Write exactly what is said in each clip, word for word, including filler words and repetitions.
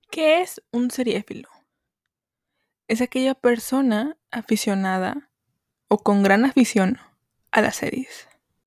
¿Qué es un seriéfilo? Es aquella persona aficionada o con gran afición a las series.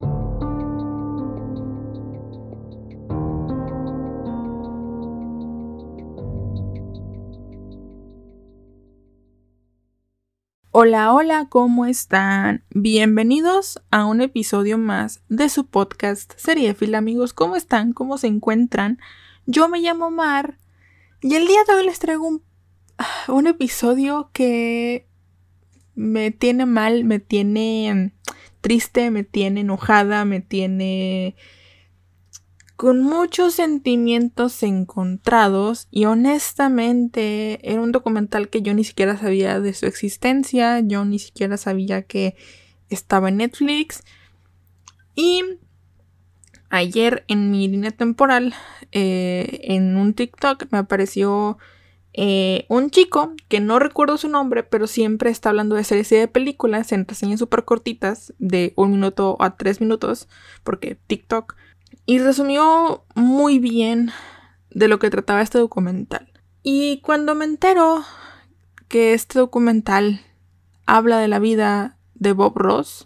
Hola, hola, ¿cómo están? Bienvenidos a un episodio más de su podcast Seriéfila, amigos. ¿Cómo están? ¿Cómo se encuentran? Yo me llamo Mar y el día de hoy les traigo un, un episodio que me tiene mal, me tiene triste, me tiene enojada, me tiene con muchos sentimientos encontrados y honestamente era un documental que yo ni siquiera sabía de su existencia, yo ni siquiera sabía que estaba en Netflix. Y ayer en mi línea temporal, eh, en un TikTok me apareció eh, un chico que no recuerdo su nombre, pero siempre está hablando de series y de películas en reseñas súper cortitas de un minuto a tres minutos, porque TikTok. Y resumió muy bien de lo que trataba este documental. Y cuando me entero que este documental habla de la vida de Bob Ross,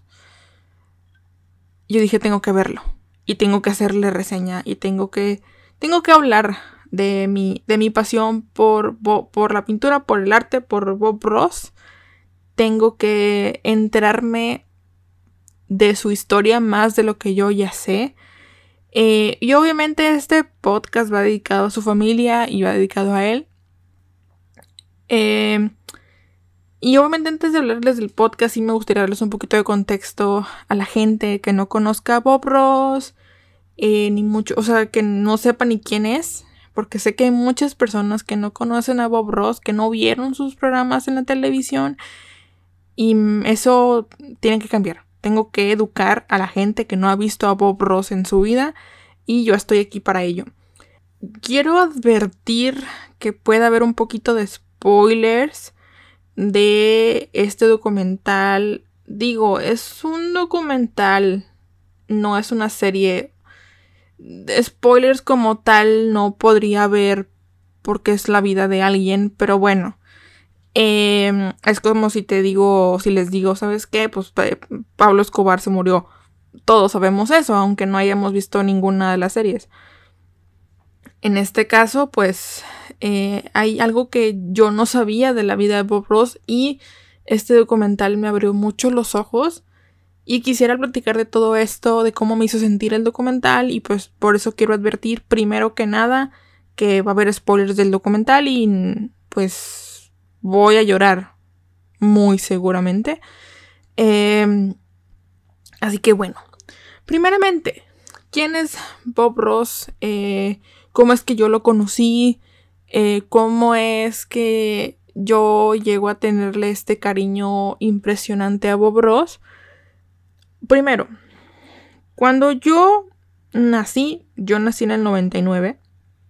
yo dije, tengo que verlo. Y tengo que hacerle reseña. Y tengo que, tengo que hablar de mi, de mi pasión por, por la pintura, por el arte, por Bob Ross. Tengo que enterarme de su historia más de lo que yo ya sé. Eh, y obviamente este podcast va dedicado a su familia y va dedicado a él. Eh, y obviamente antes de hablarles del podcast sí me gustaría darles un poquito de contexto a la gente que no conozca a Bob Ross, eh, ni mucho, o sea, que no sepa ni quién es, porque sé que hay muchas personas que no conocen a Bob Ross, que no vieron sus programas en la televisión y eso tiene que cambiar. Tengo que educar a la gente que no ha visto a Bob Ross en su vida y yo estoy aquí para ello. Quiero advertir que puede haber un poquito de spoilers de este documental. Digo, es un documental, no es una serie. De spoilers como tal no podría haber porque es la vida de alguien, pero bueno. Eh, es como si te digo, si les digo, ¿sabes qué? Pues Pablo Escobar se murió. Todos sabemos eso, aunque no hayamos visto ninguna de las series. En este caso, pues, eh, hay algo que yo no sabía de la vida de Bob Ross y este documental me abrió mucho los ojos y quisiera platicar de todo esto, de cómo me hizo sentir el documental y pues por eso quiero advertir primero que nada que va a haber spoilers del documental y pues voy a llorar muy seguramente. Eh, así que bueno, primeramente, ¿quién es Bob Ross? Eh, ¿Cómo es que yo lo conocí? Eh, ¿Cómo es que yo llego a tenerle este cariño impresionante a Bob Ross? Primero, cuando yo nací, yo nací en el noventa y nueve.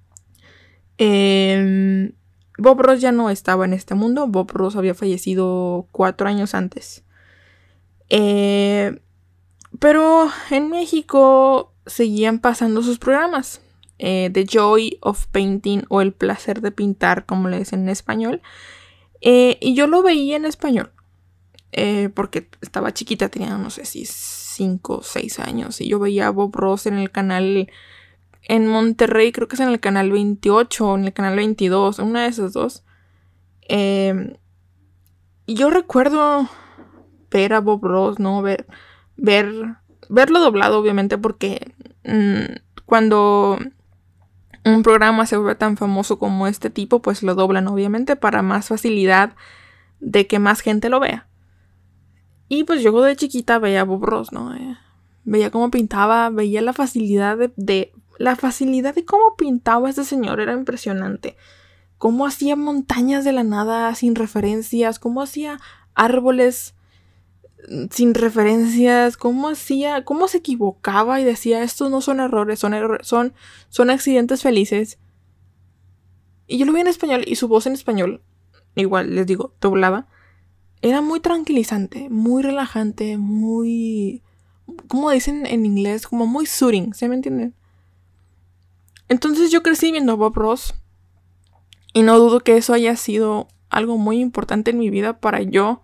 Eh, Bob Ross ya no estaba en este mundo. Bob Ross había fallecido cuatro años antes. Eh, pero en México seguían pasando sus programas. Eh, The Joy of Painting o El placer de pintar, como le dicen en español. Eh, y yo lo veía en español. Eh, porque estaba chiquita, tenía no sé si cinco o seis años. Y yo veía a Bob Ross en el canal... En Monterrey, creo que es en el canal veintiocho o en el canal veintidós, una de esas dos. Eh, y yo recuerdo ver a Bob Ross, ¿no? Ver, ver, verlo doblado, obviamente, porque mmm, cuando un programa se vuelve tan famoso como este tipo, pues lo doblan, obviamente, para más facilidad de que más gente lo vea. Y pues yo de chiquita veía a Bob Ross, ¿no? Eh, veía cómo pintaba, veía la facilidad de, de La facilidad de cómo pintaba este señor era impresionante. Cómo hacía montañas de la nada sin referencias, cómo hacía árboles sin referencias, cómo hacía, cómo se equivocaba y decía, estos no son errores, son, errores, son, son accidentes felices. Y yo lo vi en español y su voz en español, igual les digo, doblada, era muy tranquilizante, muy relajante, muy... ¿Cómo dicen en inglés? Como muy soothing, ¿se me entienden? Entonces yo crecí viendo a Bob Ross Y no dudo que eso haya sido algo muy importante en mi vida para yo,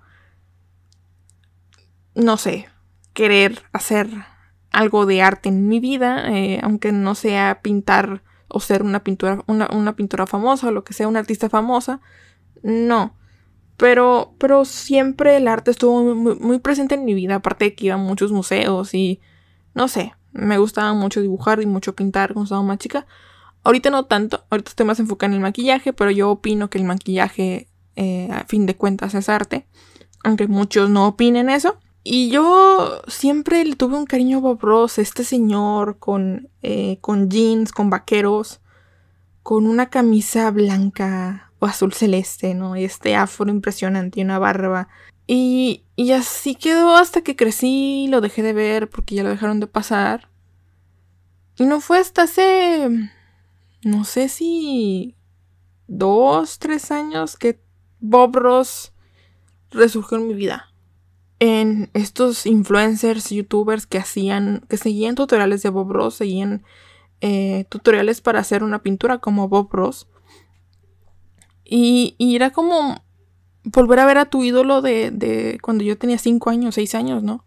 no sé, querer hacer algo de arte en mi vida, eh, aunque no sea pintar o ser una pintura, una, una pintora famosa o lo que sea, una artista famosa. No. Pero, pero siempre el arte estuvo muy, muy, muy presente en mi vida, aparte de que iba a muchos museos y no sé, me gustaba mucho dibujar y mucho pintar cuando estaba más chica. Ahorita no tanto, ahorita estoy más enfocada en el maquillaje, pero yo opino que el maquillaje, eh, a fin de cuentas, es arte, aunque muchos no opinen eso. Y yo siempre le tuve un cariño a Bob Ross, este señor con, eh, con jeans, con vaqueros, con una camisa blanca o azul celeste, ¿no? Y este afro impresionante y una barba. Y, y así quedó hasta que crecí, lo dejé de ver porque ya lo dejaron de pasar. Y no fue hasta hace, no sé si dos, tres años que Bob Ross resurgió en mi vida. En estos influencers, youtubers que hacían, que seguían tutoriales de Bob Ross, seguían eh, tutoriales para hacer una pintura como Bob Ross. Y, y era como volver a ver a tu ídolo de, de cuando yo tenía cinco años, seis años, ¿no?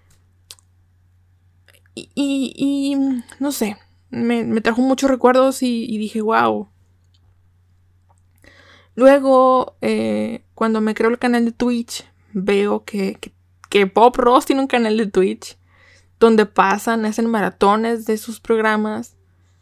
Y, y, y no sé, me, me trajo muchos recuerdos y, y dije, wow. Luego, eh, cuando me creo el canal de Twitch, veo que, que, que Bob Ross tiene un canal de Twitch donde pasan, hacen maratones de sus programas.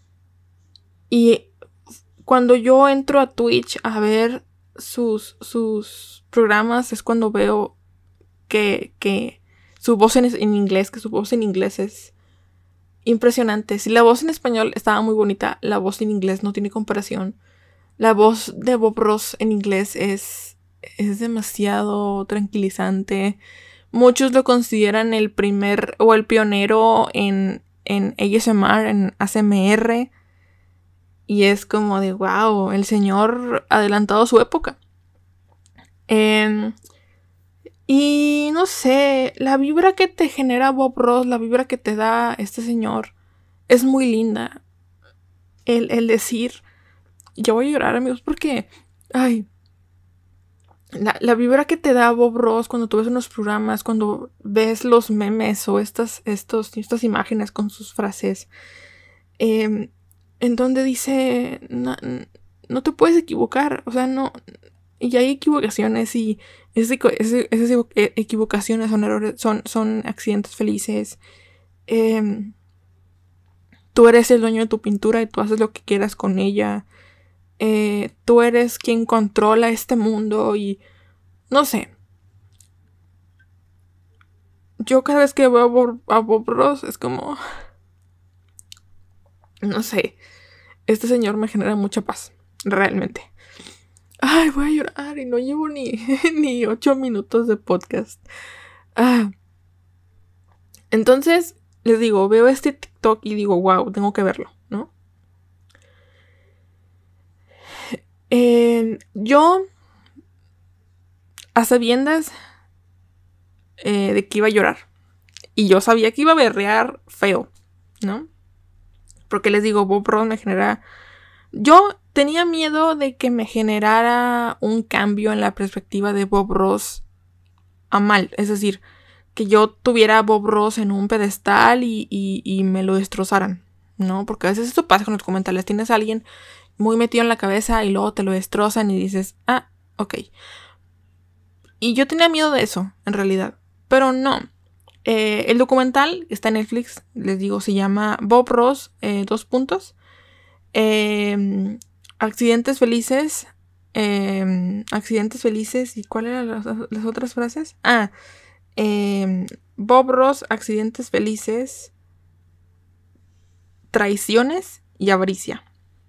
Y cuando yo entro a Twitch a ver sus, sus programas es cuando veo que, que su voz en, en inglés, que su voz en inglés es impresionante. Si la voz en español estaba muy bonita, la voz en inglés no tiene comparación. La voz de Bob Ross en inglés es, es demasiado tranquilizante. Muchos lo consideran el primer o el pionero en, en A S M R, en A S M R. Y es como de wow, el señor adelantado a su época. Eh, y no sé, la vibra que te genera Bob Ross, la vibra que te da este señor, es muy linda. El, el decir, yo voy a llorar, amigos, porque, ay, la, la vibra que te da Bob Ross cuando tú ves unos programas, cuando ves los memes o estas, estos, estas imágenes con sus frases, eh, en donde dice, no, no te puedes equivocar, o sea, no, y hay equivocaciones y esas, esas equivocaciones son errores, son, son accidentes felices. Eh, tú eres el dueño de tu pintura y tú haces lo que quieras con ella. Eh, tú eres quien controla este mundo y no sé. Yo cada vez que veo a Bob, a Bob Ross es como, no sé, este señor me genera mucha paz, realmente. Ay, voy a llorar y no llevo ni, ni ocho minutos de podcast. Ah. Entonces, les digo, veo este TikTok y digo, wow, tengo que verlo, ¿no? Eh, yo, a sabiendas eh, de que iba a llorar. Y yo sabía que iba a berrear feo, ¿no? Porque les digo, Bob Ross me genera... Yo tenía miedo de que me generara un cambio en la perspectiva de Bob Ross a mal. Es decir, que yo tuviera a Bob Ross en un pedestal y, y, y me lo destrozaran, ¿no? Porque a veces esto pasa con los comentarios. Tienes a alguien muy metido en la cabeza y luego te lo destrozan y dices, ah, ok. Y yo tenía miedo de eso, en realidad. Pero no. Eh, el documental está en Netflix, les digo, se llama Bob Ross, eh, dos puntos. Eh, accidentes felices. Eh, accidentes felices. ¿Y cuáles eran las, las otras frases? Ah, eh, Bob Ross, accidentes felices, traiciones y avaricia.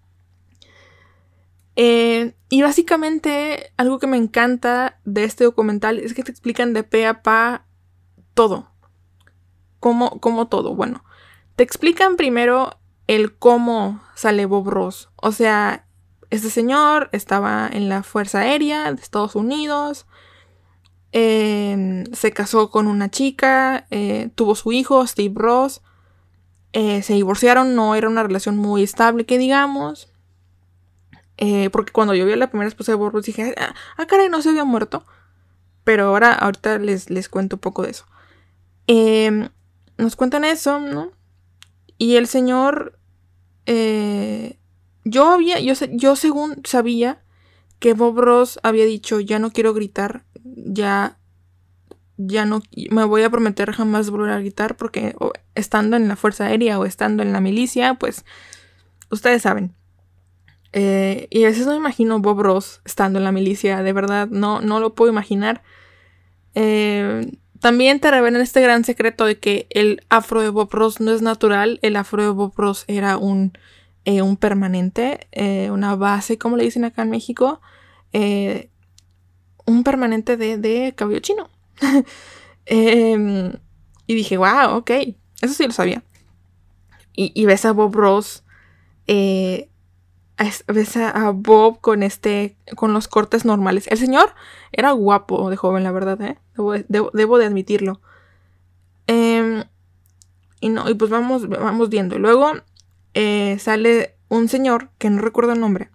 Eh, y básicamente algo que me encanta de este documental es que te explican de pe a pa todo. Como, como todo. Bueno, te explican primero el cómo sale Bob Ross. O sea, este señor estaba en la Fuerza Aérea de Estados Unidos. Eh, se casó con una chica. Eh, tuvo su hijo, Steve Ross. Eh, se divorciaron. No era una relación muy estable, que digamos. Eh, porque cuando yo vi a la primera esposa de Bob Ross dije, ah, ah caray, no se había muerto. Pero ahora, ahorita les, les cuento un poco de eso. Eh, nos cuentan eso, ¿no? Y el señor, eh, yo había, yo, yo según sabía que Bob Ross había dicho, ya no quiero gritar, ya, ya no, me voy a prometer jamás volver a gritar, porque o, estando en la Fuerza Aérea o estando en la milicia, pues, ustedes saben. Eh, y a veces no me imagino Bob Ross estando en la milicia, de verdad, no, no lo puedo imaginar. Eh, también te revelan este gran secreto de que el afro de Bob Ross no es natural. El afro de Bob Ross era un, eh, un permanente, eh, una base, como le dicen acá en México, eh, un permanente de, de cabello chino. eh, y dije, wow, ok, eso sí lo sabía. Y, y ves a Bob Ross, eh, ves a Bob con este, con los cortes normales. El señor era guapo de joven, la verdad, ¿eh? Debo, debo, debo de admitirlo. Eh, y no, y pues vamos, vamos viendo. Luego eh, sale un señor, que no recuerdo el nombre,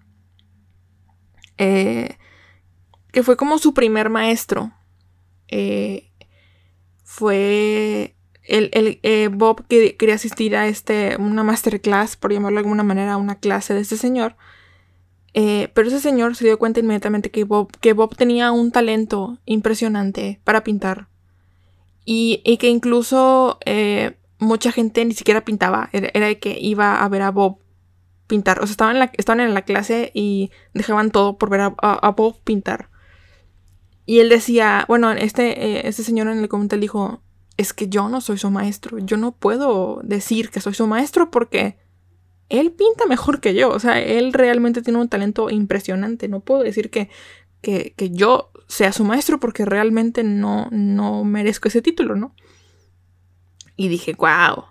eh, que fue como su primer maestro. Eh, fue el, el eh, Bob que quería asistir a este, una masterclass, por llamarlo de alguna manera, una clase de este señor. Eh, pero ese señor se dio cuenta inmediatamente que Bob, que Bob tenía un talento impresionante para pintar. Y, y que incluso eh, mucha gente ni siquiera pintaba. Era, era de que iba a ver a Bob pintar. O sea, estaban en la, estaban en la clase y dejaban todo por ver a, a, a Bob pintar. Y él decía, bueno, este, eh, este señor en el comentario dijo, es que yo no soy su maestro. Yo no puedo decir que soy su maestro porque él pinta mejor que yo. O sea, él realmente tiene un talento impresionante. No puedo decir que, que, que yo sea su maestro porque realmente no, no merezco ese título, ¿no? Y dije, wow.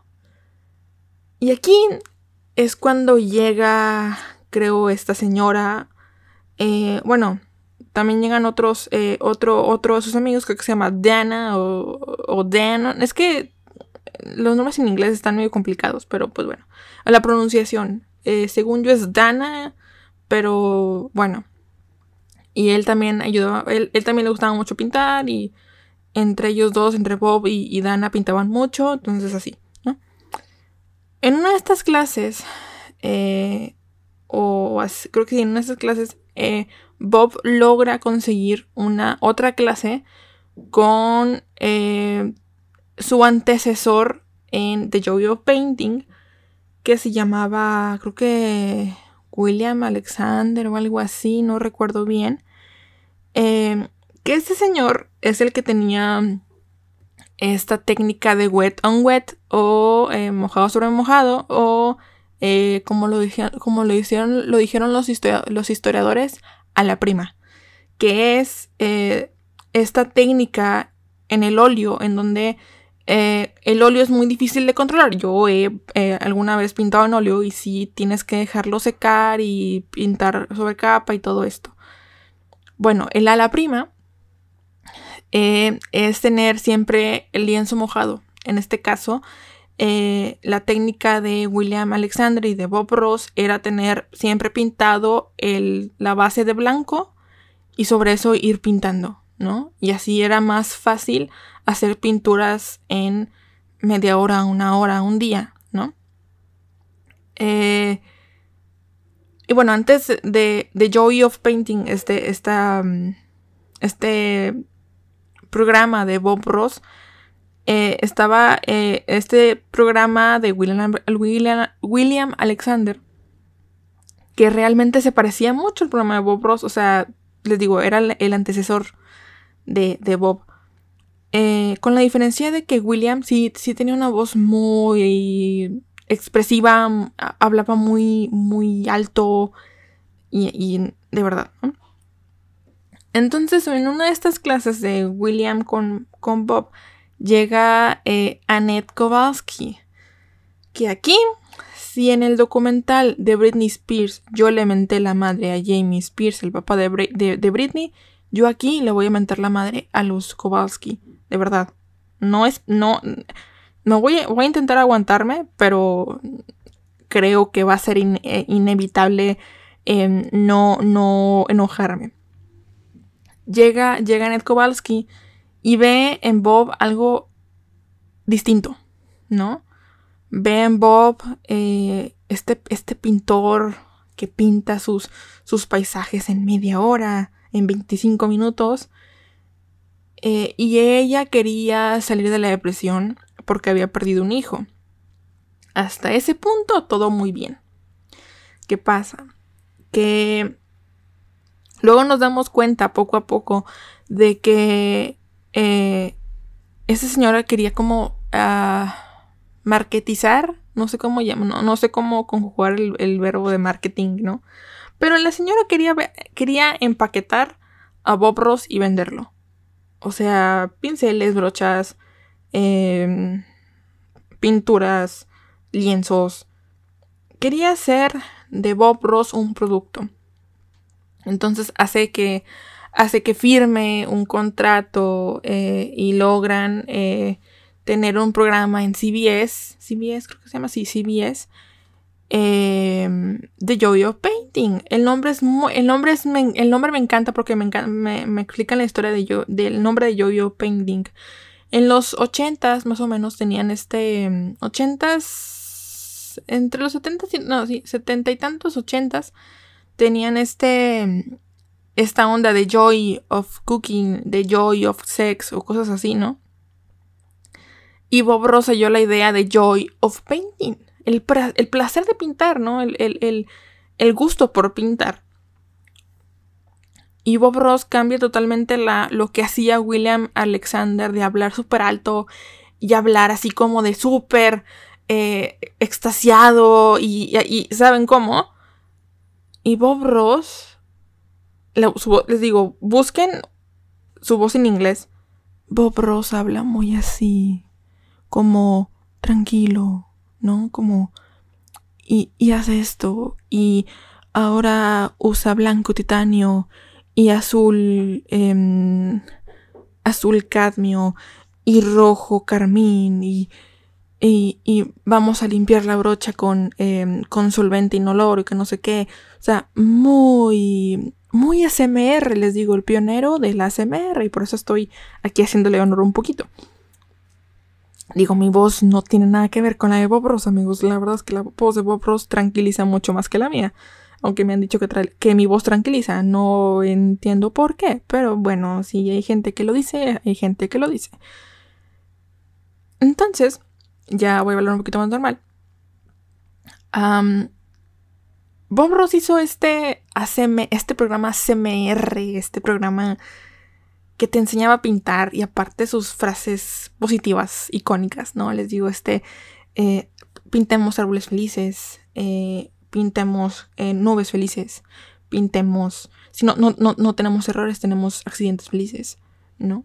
Y aquí es cuando llega, creo, esta señora. Eh, bueno, también llegan otros, eh, otro, otro de sus amigos, creo que se llama Dana o, o Dan. Es que los nombres en inglés están medio complicados, pero pues bueno. La pronunciación, eh, según yo es Dana, pero bueno. Y él también ayudaba, él, él también le gustaba mucho pintar y entre ellos dos, entre Bob y, y Dana pintaban mucho, entonces así, ¿no? En una de estas clases, eh, o así, creo que sí, en una de estas clases, eh, Bob logra conseguir una otra clase con eh, su antecesor en The Joy of Painting, que se llamaba, creo que William Alexander o algo así, no recuerdo bien. Eh, que este señor es el que tenía esta técnica de wet on wet o eh, mojado sobre mojado o eh, como lo dijeron, como lo hicieron, lo dijeron los, histori- los historiadores, a la prima, que es eh, esta técnica en el óleo en donde eh, el óleo es muy difícil de controlar. Yo he eh, alguna vez pintado en óleo y sí tienes que dejarlo secar y pintar sobre capa y todo esto. Bueno, el ala prima eh, es tener siempre el lienzo mojado. En este caso, eh, la técnica de William Alexander y de Bob Ross era tener siempre pintado el, la base de blanco y sobre eso ir pintando, ¿no? Y así era más fácil hacer pinturas en media hora, una hora, un día, ¿no? Eh, y bueno, antes de, de Joy of Painting, este, esta, este programa de Bob Ross, eh, estaba eh, este programa de William, William, William Alexander, que realmente se parecía mucho al programa de Bob Ross. O sea, les digo, era el, el antecesor de, de Bob. Eh, con la diferencia de que William sí, sí tenía una voz muy expresiva, hablaba muy, muy alto y, y de verdad, ¿no? Entonces, en una de estas clases de William con, con Bob, llega eh, Annette Kowalski, que aquí, si en el documental de Britney Spears yo le menté la madre a Jamie Spears, el papá de, Br- de, de Britney, yo aquí le voy a mentar la madre a los Kowalski, de verdad. No es, no, no voy a, voy a intentar aguantarme, pero creo que va a ser in, eh, inevitable eh, no, no enojarme. Llega, llega Ned Kowalski y ve en Bob algo distinto, ¿no? Ve en Bob eh, este, este pintor que pinta sus, sus paisajes en media hora, en veinticinco minutos. Eh, y ella quería salir de la depresión porque había perdido un hijo. Hasta ese punto todo muy bien. ¿Qué pasa? Que luego nos damos cuenta poco a poco de que eh, esa señora quería como uh, marketizar, no sé cómo llama, no, no sé cómo conjugar el, el verbo de marketing, ¿no? Pero la señora quería, quería empaquetar a Bob Ross y venderlo. O sea, pinceles, brochas, eh, pinturas, lienzos. Quería hacer de Bob Ross un producto. Entonces hace que, hace que firme un contrato eh, y logran eh, tener un programa en C B S. C B S, creo que se llama así, C B S. Eh, The Joy of Painting. El nombre es muy, el nombre es me, el nombre me encanta porque me, encanta, me, me explican la historia de yo, del nombre de Joy of Painting. En los ochentas más o menos tenían este ochentas entre los setentas y no sí setenta y tantos ochentas tenían este esta onda de Joy of Cooking, de Joy of Sex o cosas así, ¿no? Y Bob Ross halló la idea de Joy of Painting. El, pra- el placer de pintar, ¿no? El, el, el, el gusto por pintar. Y Bob Ross cambia totalmente la, lo que hacía William Alexander de hablar súper alto y hablar así como de súper eh, extasiado y, y, y ¿saben cómo? Y Bob Ross, la, su, les digo, busquen su voz en inglés. Bob Ross habla muy así, como tranquilo, ¿no? Como, y, y hace esto, y ahora usa blanco titanio y azul, eh, azul cadmio y rojo carmín y, y, y vamos a limpiar la brocha con, eh, con solvente inoloro y que no sé qué. O sea, muy, muy A S M R, les digo, el pionero de la A S M R, y por eso estoy aquí haciéndole honor un poquito. Digo, mi voz no tiene nada que ver con la de Bob Ross, amigos. La verdad es que la voz de Bob Ross tranquiliza mucho más que la mía. Aunque me han dicho que, tra- que mi voz tranquiliza. No entiendo por qué. Pero bueno, si hay gente que lo dice, hay gente que lo dice. Entonces, ya voy a hablar un poquito más normal. Um, Bob Ross hizo este, A C M, este programa A C M R, este programa que te enseñaba a pintar, y aparte sus frases positivas, icónicas, ¿no? Les digo, este, eh, pintemos árboles felices, eh, pintemos eh, nubes felices, pintemos, si no, no, no, no tenemos errores, tenemos accidentes felices, ¿no?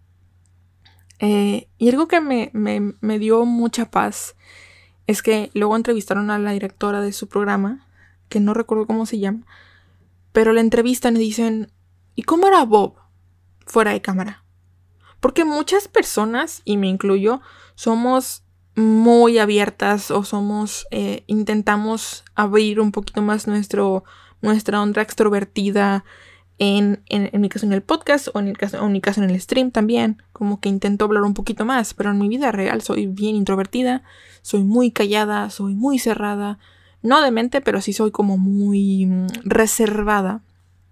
Eh, y algo que me, me, me dio mucha paz es que luego entrevistaron a la directora de su programa, que no recuerdo cómo se llama, pero la entrevistan y dicen, ¿y cómo era Bob fuera de cámara? Porque muchas personas, y me incluyo, somos muy abiertas o somos, eh, intentamos abrir un poquito más nuestro, nuestra onda extrovertida en, en, en mi caso en el podcast o en, el caso, o en mi caso en el stream también, como que intento hablar un poquito más, pero en mi vida real soy bien introvertida, soy muy callada, soy muy cerrada, no de mente, pero sí soy como muy mm, reservada.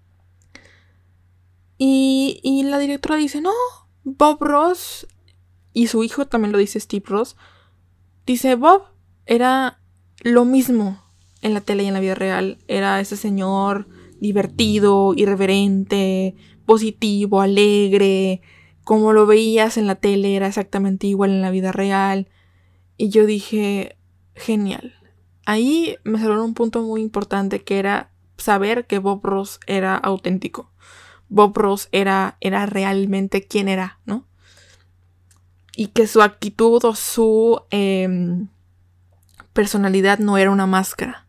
Y, y la directora dice, no, Bob Ross, y su hijo también lo dice, Steve Ross, dice, Bob era lo mismo en la tele y en la vida real. Era ese señor divertido, irreverente, positivo, alegre. Como lo veías en la tele era exactamente igual en la vida real. Y yo dije, genial. Ahí me salió un punto muy importante, que era saber que Bob Ross era auténtico. Bob Ross era, era realmente quien era, ¿no? Y que su actitud o su eh, personalidad no era una máscara.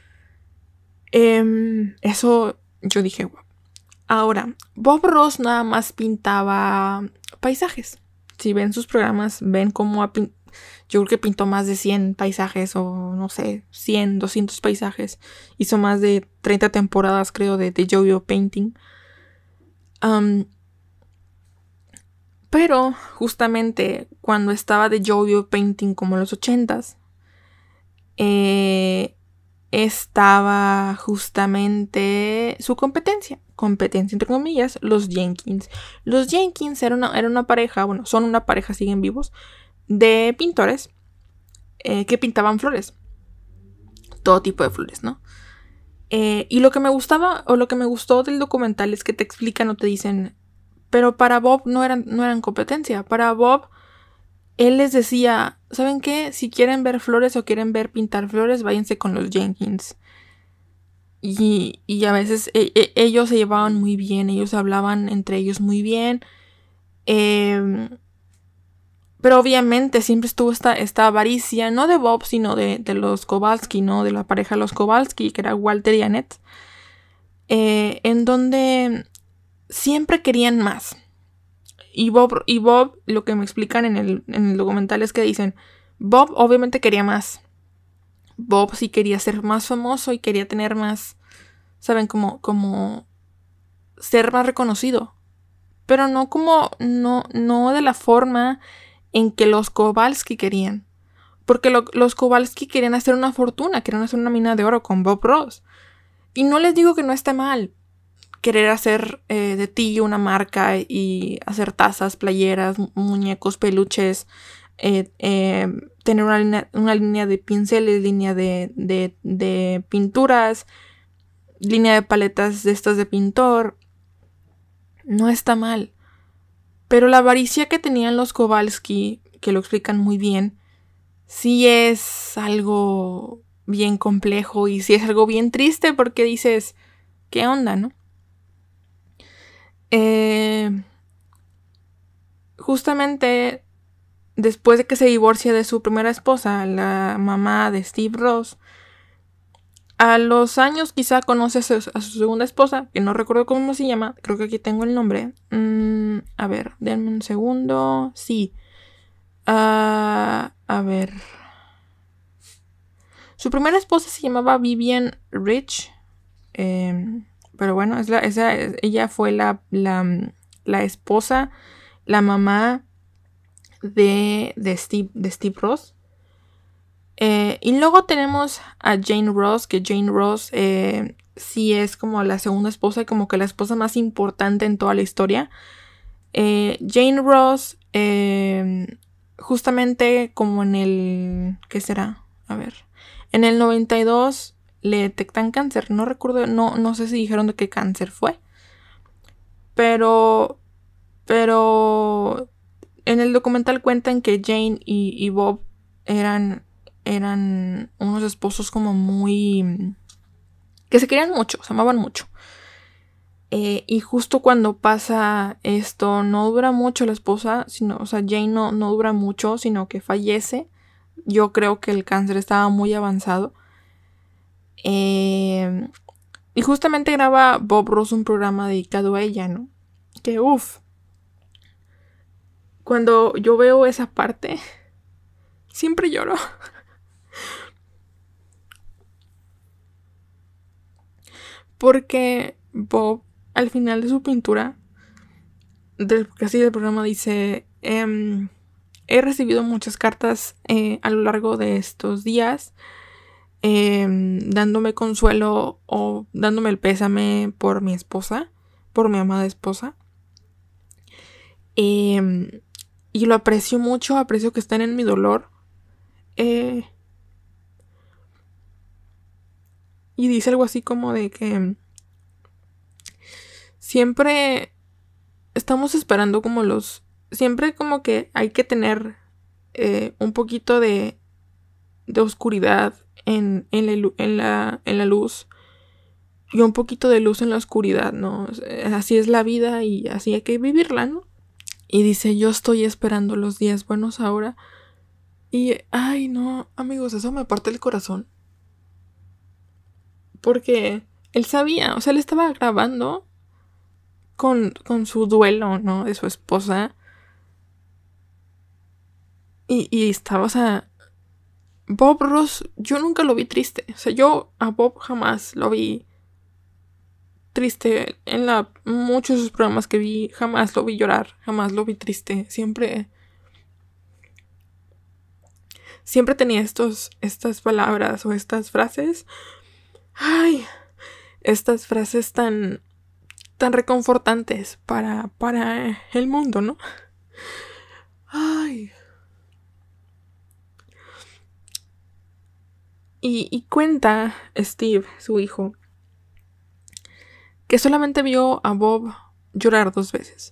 Eh, eso yo dije, wow. Ahora, Bob Ross nada más pintaba paisajes. Si ven sus programas, ven cómo ha pintado. Yo creo que pintó más de cien paisajes o no sé, cien, doscientos paisajes. Hizo más de treinta temporadas, creo, de, de Yo-Yo Painting. Um, pero justamente cuando estaba de Yo-Yo Painting como en los ochentas, eh, estaba justamente su competencia. Competencia entre comillas, los Jenkins. Los Jenkins eran una, era una pareja, bueno, son una pareja, siguen vivos, de pintores eh, que pintaban flores. Todo tipo de flores, ¿no? Eh, y lo que me gustaba, o lo que me gustó del documental es que te explican o te dicen, pero para Bob no eran, no eran competencia. Para Bob, él les decía, ¿saben qué? Si quieren ver flores o quieren ver pintar flores, váyanse con los Jenkins. Y, y a veces e, e, ellos se llevaban muy bien, ellos hablaban entre ellos muy bien. Eh, pero obviamente siempre estuvo esta, esta avaricia, no de Bob, sino de, de los Kowalski, ¿no? De la pareja de los Kowalski, que era Walter y Annette. Eh, en donde siempre querían más. Y Bob, y Bob, lo que me explican en el, en el documental es que dicen, Bob obviamente quería más. Bob sí quería ser más famoso y quería tener más, ¿saben? Como, como ser más reconocido. Pero no como, no, no de la forma en que los Kowalski querían. Porque lo, los Kowalski querían hacer una fortuna, querían hacer una mina de oro con Bob Ross. Y no les digo que no esté mal querer hacer eh, de ti una marca y hacer tazas, playeras, muñecos, peluches, eh, eh, tener una línea, una línea de pinceles, línea de, de, de pinturas, línea de paletas de estas de pintor. No está mal. Pero la avaricia que tenían los Kowalski, que lo explican muy bien, sí es algo bien complejo y sí es algo bien triste porque dices, ¿qué onda, no? Eh, justamente después de que se divorcia de su primera esposa, la mamá de Steve Ross, a los años quizá conoce a su, a su segunda esposa, que no recuerdo cómo se llama, creo que aquí tengo el nombre. Mm, a ver, denme un segundo. Sí. Uh, a ver. Su primera esposa se llamaba Vivian Rich. Eh, pero bueno, es la, esa, ella fue la, la, la esposa, la mamá de, de, Steve, de Steve Ross. Eh, y luego tenemos a Jane Ross, que Jane Ross eh, sí es como la segunda esposa y como que la esposa más importante en toda la historia. Eh, Jane Ross, eh, justamente como en el... ¿Qué será? A ver. En el noventa y dos le detectan cáncer. No recuerdo, no, no sé si dijeron de qué cáncer fue. Pero... Pero... En el documental cuentan que Jane y, y Bob eran... Eran unos esposos como muy... que se querían mucho, se amaban mucho. Eh, y justo cuando pasa esto, no dura mucho la esposa, sino, o sea, Jane no, no dura mucho, sino que fallece. Yo creo que el cáncer estaba muy avanzado. Eh, y justamente graba Bob Ross un programa dedicado a ella, ¿no? Que uff. Cuando yo veo esa parte, siempre lloro. Porque Bob, al final de su pintura, del, casi del programa, dice... Eh, he recibido muchas cartas eh, a lo largo de estos días, eh, dándome consuelo o dándome el pésame por mi esposa, por mi amada esposa. Eh, y lo aprecio mucho, aprecio que estén en mi dolor. Eh, y dice algo así como de que siempre estamos esperando como los... Siempre como que hay que tener eh, un poquito de, de oscuridad en, en, la, en, la, en la luz y un poquito de luz en la oscuridad, ¿no? Así es la vida y así hay que vivirla, ¿no? Y dice, yo estoy esperando los días buenos ahora. Y, ay, no, amigos, eso me parte el corazón. Porque él sabía, o sea, él estaba grabando con, con su duelo, ¿no? De su esposa. Y, y estaba, o sea, Bob Ross, yo nunca lo vi triste. O sea, yo a Bob jamás lo vi triste. En la, muchos de sus programas que vi, jamás lo vi llorar, jamás lo vi triste. Siempre, siempre tenía estos, estas palabras o estas frases. Ay, estas frases tan, tan reconfortantes para, para el mundo, ¿no? Ay. Y, y cuenta Steve, su hijo, que solamente vio a Bob llorar dos veces.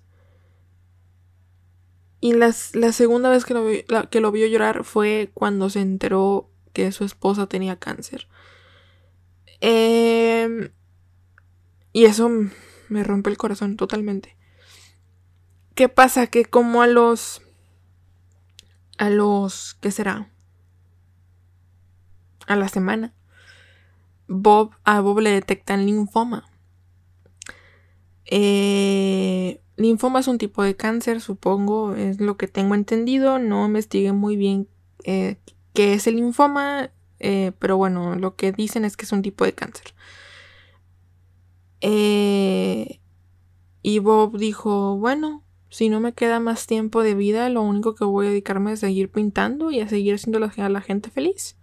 Y las, la segunda vez que lo, vi, la, que lo vio llorar fue cuando se enteró que su esposa tenía cáncer. Eh, y eso me rompe el corazón totalmente. ¿Qué pasa? Que como a los... A los... ¿Qué será? A la semana. Bob, a Bob le detectan linfoma. Eh, linfoma es un tipo de cáncer, supongo, es lo que tengo entendido. No investigué muy bien eh, qué es el linfoma, eh, pero bueno, lo que dicen es que es un tipo de cáncer. Eh, y Bob dijo, bueno, si no me queda más tiempo de vida, lo único que voy a dedicarme es a seguir pintando y a seguir haciendo a la gente feliz.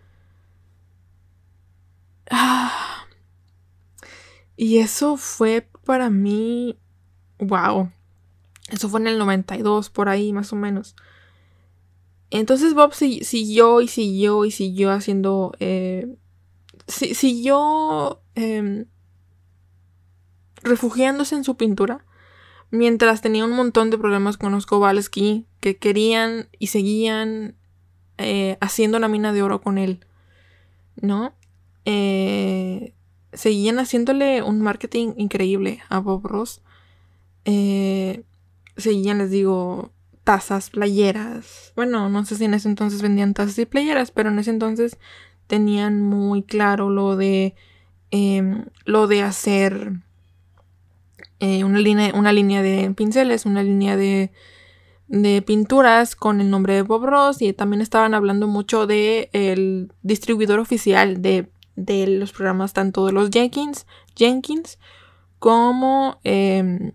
Ah, y eso fue para mí, wow. Eso fue en el noventa y dos, por ahí más o menos. Entonces Bob siguió y siguió y siguió haciendo... Eh, siguió eh, refugiándose en su pintura. Mientras tenía un montón de problemas con los Kowalski, que querían y seguían eh, haciendo la mina de oro con él, ¿no? Eh, seguían haciéndole un marketing increíble a Bob Ross. Eh, seguían, les digo, tazas, playeras. Bueno, no sé si en ese entonces vendían tazas y playeras, pero en ese entonces tenían muy claro lo de eh, lo de hacer eh, una línea, una línea de pinceles, una línea de, de pinturas con el nombre de Bob Ross, y también estaban hablando mucho de el distribuidor oficial de, de los programas tanto de los Jenkins, Jenkins como eh,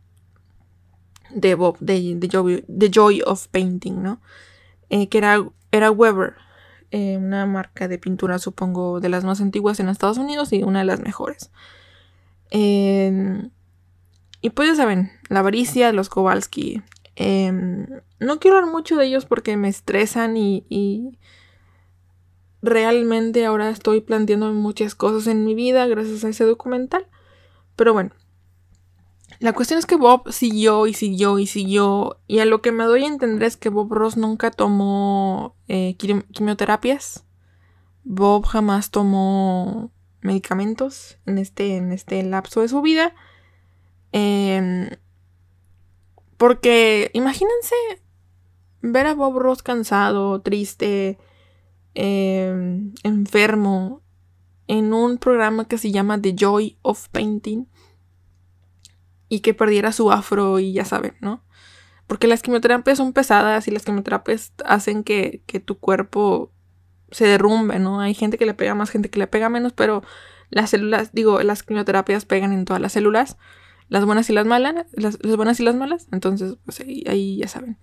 de Bob, de, de, Joy, de Joy of Painting, ¿no? Eh, que era, era Weber, eh, una marca de pintura, supongo, de las más antiguas en Estados Unidos y una de las mejores. Eh, y pues ya saben, la avaricia de los Kowalski. Eh, no quiero hablar mucho de ellos porque me estresan y, y realmente ahora estoy planteando muchas cosas en mi vida gracias a ese documental. Pero bueno. La cuestión es que Bob siguió y siguió y siguió, y a lo que me doy a entender es que Bob Ross nunca tomó eh, quimioterapias. Bob jamás tomó medicamentos en este, en este lapso de su vida. Eh, porque imagínense ver a Bob Ross cansado, triste, eh, enfermo, en un programa que se llama The Joy of Painting. Y que perdiera su afro y ya saben, ¿no? Porque las quimioterapias son pesadas y las quimioterapias hacen que, que tu cuerpo se derrumbe, ¿no? Hay gente que le pega más, gente que le pega menos, pero las células, digo, las quimioterapias pegan en todas las células, las buenas y las malas, las, las buenas y las malas, entonces, pues ahí, ahí ya saben.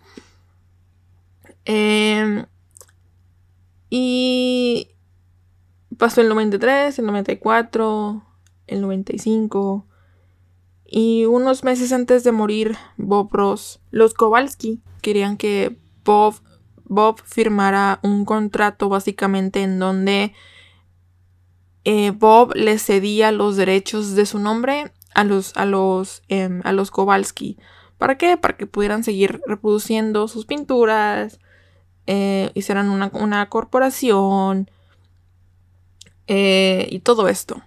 Eh, y pasó el noventa y tres, el noventa y cuatro, el noventa y cinco... Y unos meses antes de morir Bob Ross, los Kowalski querían que Bob, Bob firmara un contrato básicamente en donde eh, Bob le cedía los derechos de su nombre a los, a los, eh, a los Kowalski. ¿Para qué? Para que pudieran seguir reproduciendo sus pinturas, eh, hicieran una, una corporación eh, y todo esto.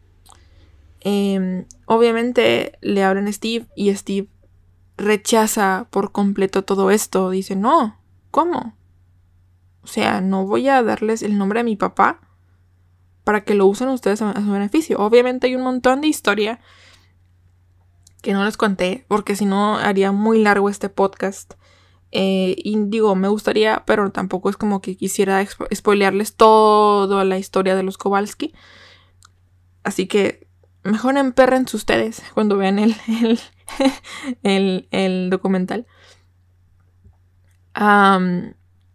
Eh, obviamente le hablan a Steve y Steve rechaza por completo todo esto. Dice, no, ¿cómo? O sea, no voy a darles el nombre a mi papá para que lo usen ustedes a, a su beneficio. Obviamente hay un montón de historia que no les conté porque si no haría muy largo este podcast. Eh, y digo, me gustaría, pero tampoco es como que quisiera expo- spoilearles toda la historia de los Kowalski. Así que mejor empérrense ustedes cuando vean el, el, el, el documental. Um,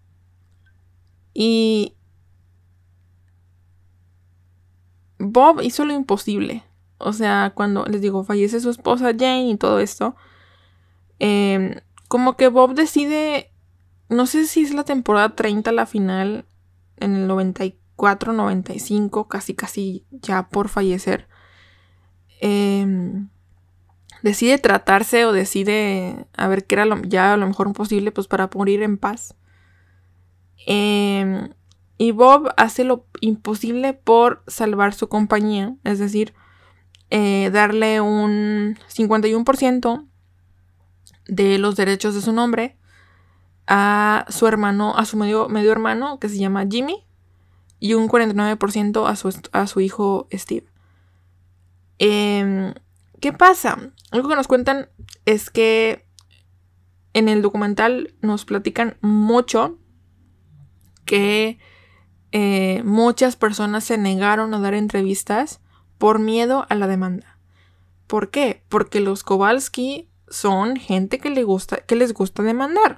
y Bob hizo lo imposible. O sea, cuando les digo, fallece su esposa Jane y todo esto. Eh, como que Bob decide, no sé si es la temporada treinta la final, en el noventa y cuatro noventa y cinco, casi casi ya por fallecer. Eh, decide tratarse o decide a ver qué era lo, ya a lo mejor posible pues para morir en paz. Eh, y Bob hace lo imposible por salvar su compañía, es decir, eh, darle un cincuenta y uno por ciento de los derechos de su nombre a su hermano, a su medio, medio hermano que se llama Jimmy, y un cuarenta y nueve por ciento a su, a su hijo Steve. Eh, ¿Qué pasa? Algo que nos cuentan es que en el documental nos platican mucho que eh, muchas personas se negaron a dar entrevistas por miedo a la demanda. ¿Por qué? Porque los Kowalski son gente que, le gusta, que les gusta demandar.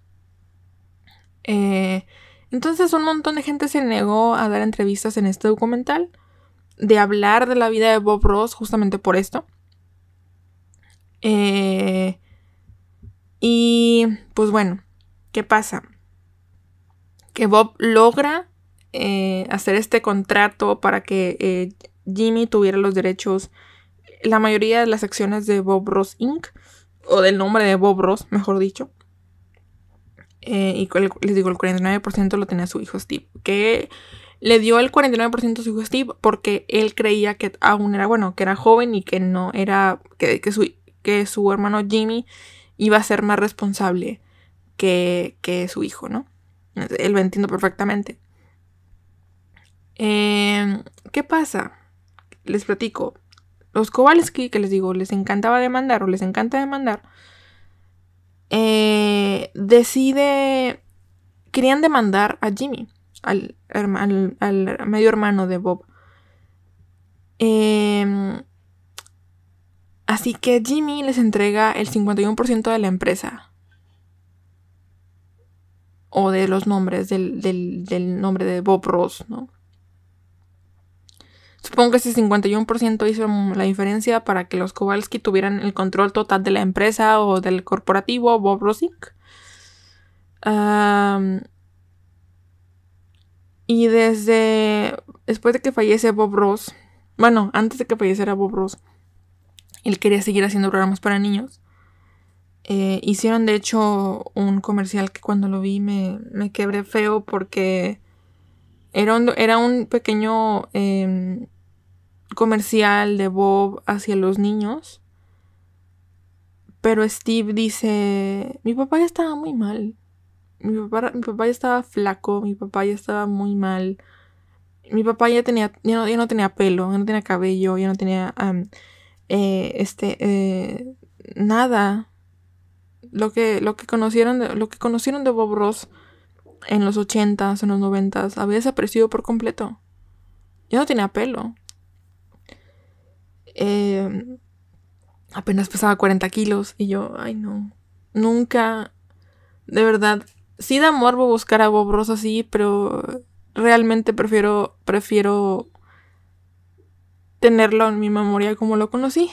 Eh, entonces un montón de gente se negó a dar entrevistas en este documental, de hablar de la vida de Bob Ross justamente por esto. Eh, y pues bueno, ¿qué pasa? Que Bob logra eh, hacer este contrato para que eh, Jimmy tuviera los derechos, la mayoría de las acciones de Bob Ross incorporated, o del nombre de Bob Ross, mejor dicho. Eh, y el, les digo, el cuarenta y nueve por ciento lo tenía su hijo Steve, que le dio el cuarenta y nueve por ciento a su hijo Steve porque él creía que aún era bueno, que era joven y que no era, que, que, su, que su hermano Jimmy iba a ser más responsable que, que su hijo, ¿no? Él lo entiendo perfectamente. Eh, ¿Qué pasa? Les platico. Los Kowalski, que les digo, les encantaba demandar o les encanta demandar, eh, decide, querían demandar a Jimmy, al, al, al medio hermano de Bob. Eh, así que Jimmy les entrega el cincuenta y uno por ciento de la empresa. O de los nombres, del, del, del nombre de Bob Ross, ¿no? Supongo que ese cincuenta y uno por ciento hizo la diferencia para que los Kowalski tuvieran el control total de la empresa o del corporativo Bob Ross incorporated. Um, y desde después de que fallece Bob Ross, bueno, antes de que falleciera Bob Ross, él quería seguir haciendo programas para niños. Eh, hicieron de hecho un comercial que cuando lo vi me, me quebré feo porque era un, era un pequeño eh, comercial de Bob hacia los niños. Pero Steve dice, mi papá ya estaba muy mal. Mi papá, mi papá ya estaba flaco, mi papá ya estaba muy mal. Mi papá ya tenía, ya no, ya no tenía pelo, ya no tenía cabello, ya no tenía um, eh, este eh, nada. Lo que, lo que conocieron de, lo que conocieron de Bob Ross en los ochentas, en los noventas, había desaparecido por completo. Ya no tenía pelo. Eh, apenas pesaba cuarenta kilos. Y yo, ay no. Nunca, de verdad, sí da morbo buscar a Bob Ross así, pero realmente prefiero, prefiero tenerlo en mi memoria como lo conocí.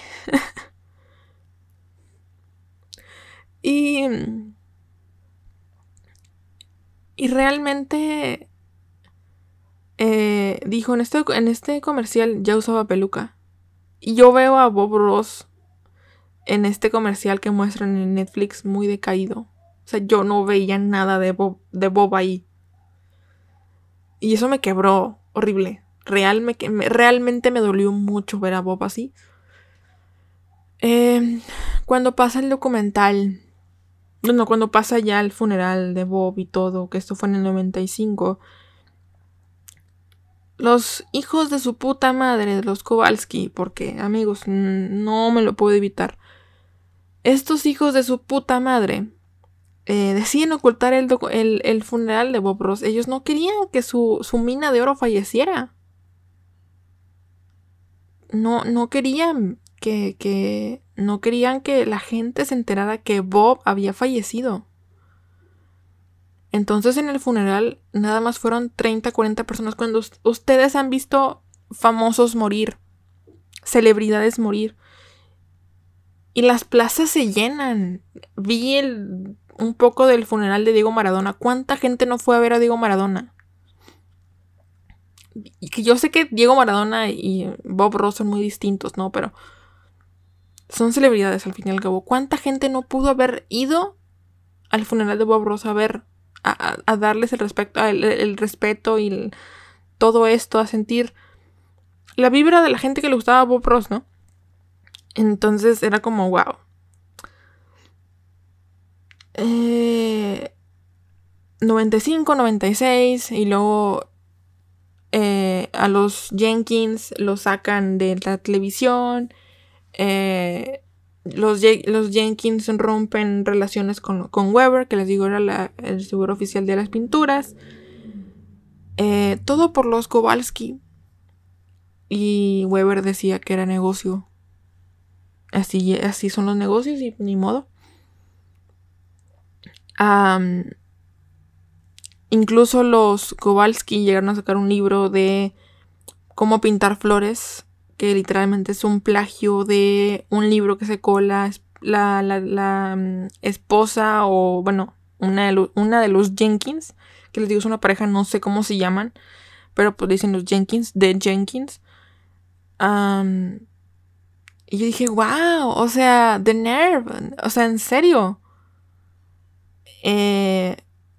y, y realmente eh, dijo, en este, en este comercial ya usaba peluca. Y yo veo a Bob Ross en este comercial que muestran en Netflix muy decaído. O sea, yo no veía nada de Bob, de Bob ahí. Y eso me quebró horrible. Real me, me, realmente me dolió mucho ver a Bob así. Eh, cuando pasa el documental, bueno, cuando pasa ya el funeral de Bob y todo, que esto fue en el noventa y cinco, los hijos de su puta madre, de los Kowalski, porque amigos, no me lo puedo evitar, estos hijos de su puta madre eh, deciden ocultar el, docu- el, el funeral de Bob Ross. Ellos no querían que su, su mina de oro falleciera. No, no querían que, que, no querían que la gente se enterara que Bob había fallecido. Entonces en el funeral nada más fueron treinta, cuarenta personas. Cuando us- ustedes han visto famosos morir, celebridades morir, y las plazas se llenan. Vi el, un poco del funeral de Diego Maradona. ¿Cuánta gente no fue a ver a Diego Maradona? Y que yo sé que Diego Maradona y Bob Ross son muy distintos, ¿no? Pero son celebridades al fin y al cabo. ¿Cuánta gente no pudo haber ido al funeral de Bob Ross a ver, a, a, a darles el, respeto, el, el respeto y el, todo esto, a sentir la vibra de la gente que le gustaba a Bob Ross, ¿no? Entonces era como, wow. Eh, noventa y cinco, noventa y seis y luego eh, a los Jenkins los sacan de la televisión. Eh, los, los Jenkins rompen relaciones con, con Weber, que les digo era la, el distribuidor oficial de las pinturas. Eh, todo por los Kowalski. Y Weber decía que era negocio. Así, así son los negocios y ni modo. Um, incluso los Kowalski llegaron a sacar un libro de cómo pintar flores, que literalmente es un plagio de un libro que sacó la, la, la, la um, esposa o, bueno, una de, lo, una de los Jenkins, que les digo es una pareja, no sé cómo se llaman, pero pues dicen los Jenkins, de Jenkins. Um, y yo dije, wow, o sea, The Nerve, o sea, en serio. Eh,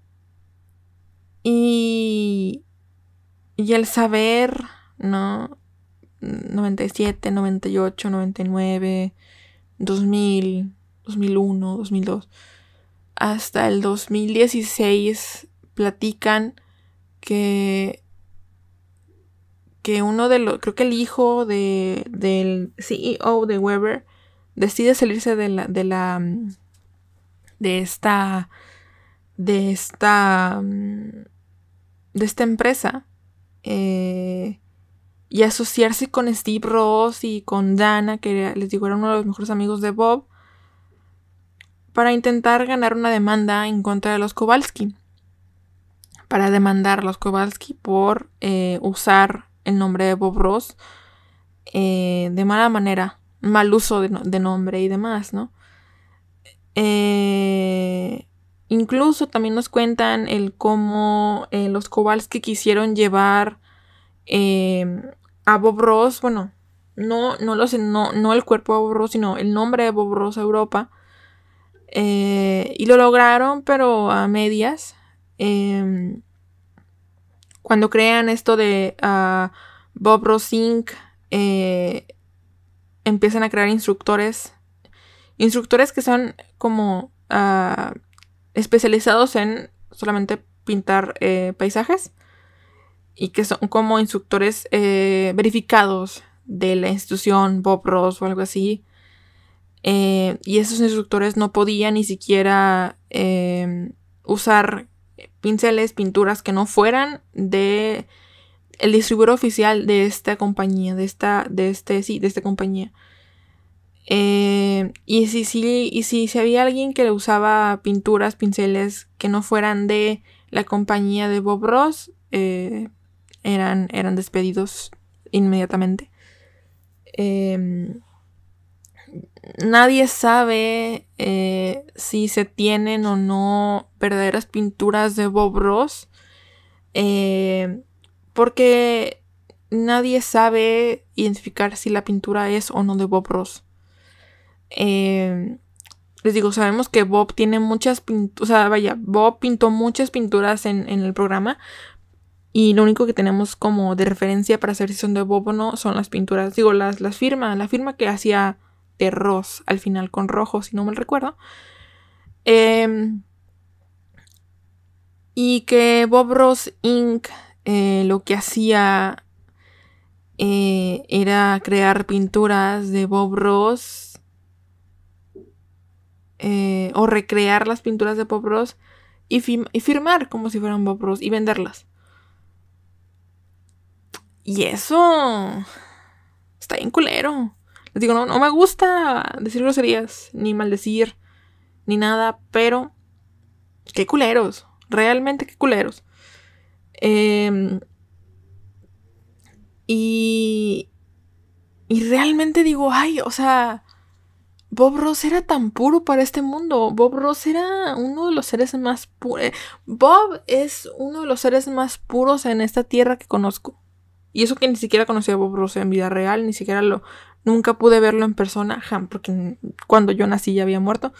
y, y el saber, ¿no? noventa y siete, noventa y ocho, noventa y nueve, dos mil, dos mil uno, dos mil dos. Hasta el dos mil dieciséis platican que que uno de los, creo que el hijo de, del C E O de Weber decide salirse de la, de la, de esta, de esta, de esta empresa eh, y asociarse con Steve Ross y con Dana, que era, les digo era uno de los mejores amigos de Bob, para intentar ganar una demanda en contra de los Kowalski, para demandar a los Kowalski por eh, usar el nombre de Bob Ross eh, de mala manera, mal uso de, no, de nombre y demás, ¿no? Eh, incluso también nos cuentan el cómo eh, los Kowalski quisieron llevar eh, a Bob Ross, bueno, no, no, lo sé, no, no el cuerpo de Bob Ross, sino el nombre de Bob Ross a Europa. Eh, y lo lograron, pero a medias. Eh, cuando crean esto de uh, Bob Ross incorporated, eh, empiezan a crear instructores. Instructores que son como uh, especializados en solamente pintar eh, paisajes. Y que son como instructores eh, verificados de la institución Bob Ross o algo así. Eh, y esos instructores no podían ni siquiera eh, usar pinceles, pinturas que no fueran de el distribuidor oficial de esta compañía, de esta, de este, sí, de esta compañía. Eh, y si, si, y si, si había alguien que le usaba pinturas, pinceles que no fueran de la compañía de Bob Ross, eh, eran, eran despedidos inmediatamente. Eh, nadie sabe eh, si se tienen o no verdaderas pinturas de Bob Ross. Eh, porque nadie sabe identificar si la pintura es o no de Bob Ross. Eh, les digo, sabemos que Bob tiene muchas pinturas, o sea, vaya, Bob pintó muchas pinturas en, en el programa. Y lo único que tenemos como de referencia para saber si son de Bob o no son las pinturas. Digo, las, las firmas. La firma que hacía de Ross al final con rojo, si no me recuerdo. Eh, y que Bob Ross incorporated eh, lo que hacía eh, era crear pinturas de Bob Ross eh, o recrear las pinturas de Bob Ross y, fi- y firmar como si fueran Bob Ross y venderlas. Y eso está bien culero. Les digo, no, no me gusta decir groserías, ni maldecir, ni nada, pero qué culeros. Realmente qué culeros. Eh, y, y realmente digo, ay, o sea, Bob Ross era tan puro para este mundo. Bob Ross era uno de los seres más puros. Bob es uno de los seres más puros en esta tierra que conozco. Y eso que ni siquiera conocí a Bob Ross en vida real, ni siquiera lo... Nunca pude verlo en persona, jam, porque cuando yo nací ya había muerto.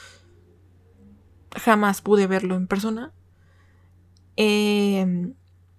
Jamás pude verlo en persona. Eh,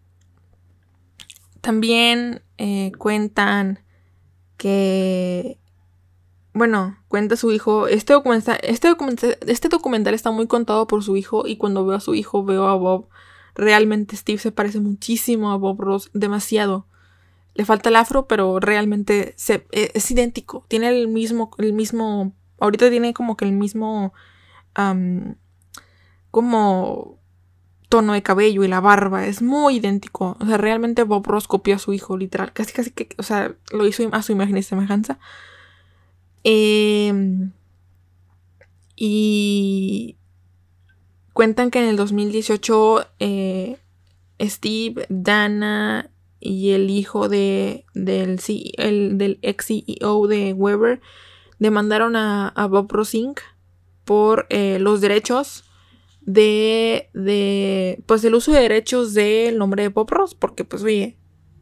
también eh, cuentan que... Bueno, cuenta su hijo. Este documental, este, documental, este documental está muy contado por su hijo. Y cuando veo a su hijo, veo a Bob. Realmente Steve se parece muchísimo a Bob Ross. Demasiado. Le falta el afro, pero realmente se, es idéntico. Tiene el mismo, el mismo. Ahorita tiene como que el mismo. Um, como tono de cabello y la barba. Es muy idéntico. O sea, realmente Bob Ross copió a su hijo, literal. Casi, casi que. O sea, lo hizo a su imagen y semejanza. Eh, y cuentan que en el dos mil dieciocho eh, Steve, Dana y el hijo de, del, C, el, del ex C E O de Weber demandaron a, a Bob Ross incorporated por eh, los derechos de, de, pues el uso de derechos del nombre de Bob Ross, porque pues oye,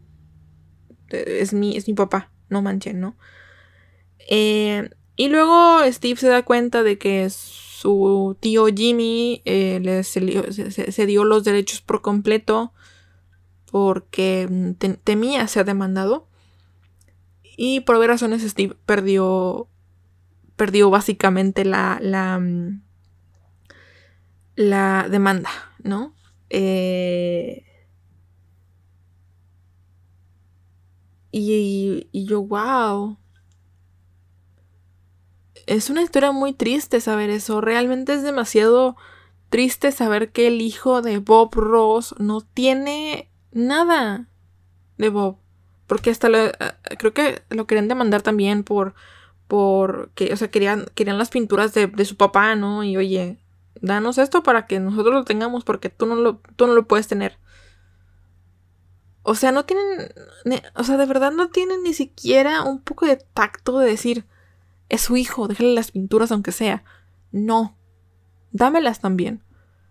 es mi, es mi papá, no manchen, ¿no? Eh, y luego Steve se da cuenta de que su tío Jimmy eh, le, se, se, se dio los derechos por completo porque te, temía ser demandado. Y por varias razones Steve perdió perdió básicamente la la, la demanda, ¿no? Eh, y, y yo, wow. Es una historia muy triste saber eso. Realmente es demasiado triste saber que el hijo de Bob Ross no tiene nada de Bob. Porque hasta lo, creo que lo querían demandar también por, por que, o sea, querían, querían las pinturas de, de su papá, ¿no? Y oye, danos esto para que nosotros lo tengamos porque tú no lo, tú no lo puedes tener. O sea, no tienen, o sea, de verdad no tienen ni siquiera un poco de tacto de decir, es su hijo, déjale las pinturas aunque sea. No, dámelas también.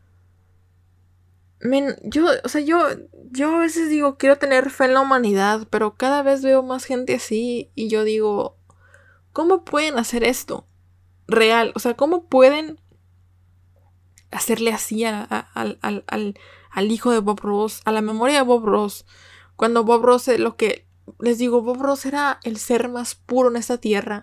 Men, yo, o sea, yo, yo a veces digo, quiero tener fe en la humanidad, pero cada vez veo más gente así y yo digo, ¿cómo pueden hacer esto? Real, o sea, ¿cómo pueden hacerle así a, a, al, al, al, al hijo de Bob Ross, a la memoria de Bob Ross? Cuando Bob Ross, lo que les digo, Bob Ross era el ser más puro en esta tierra.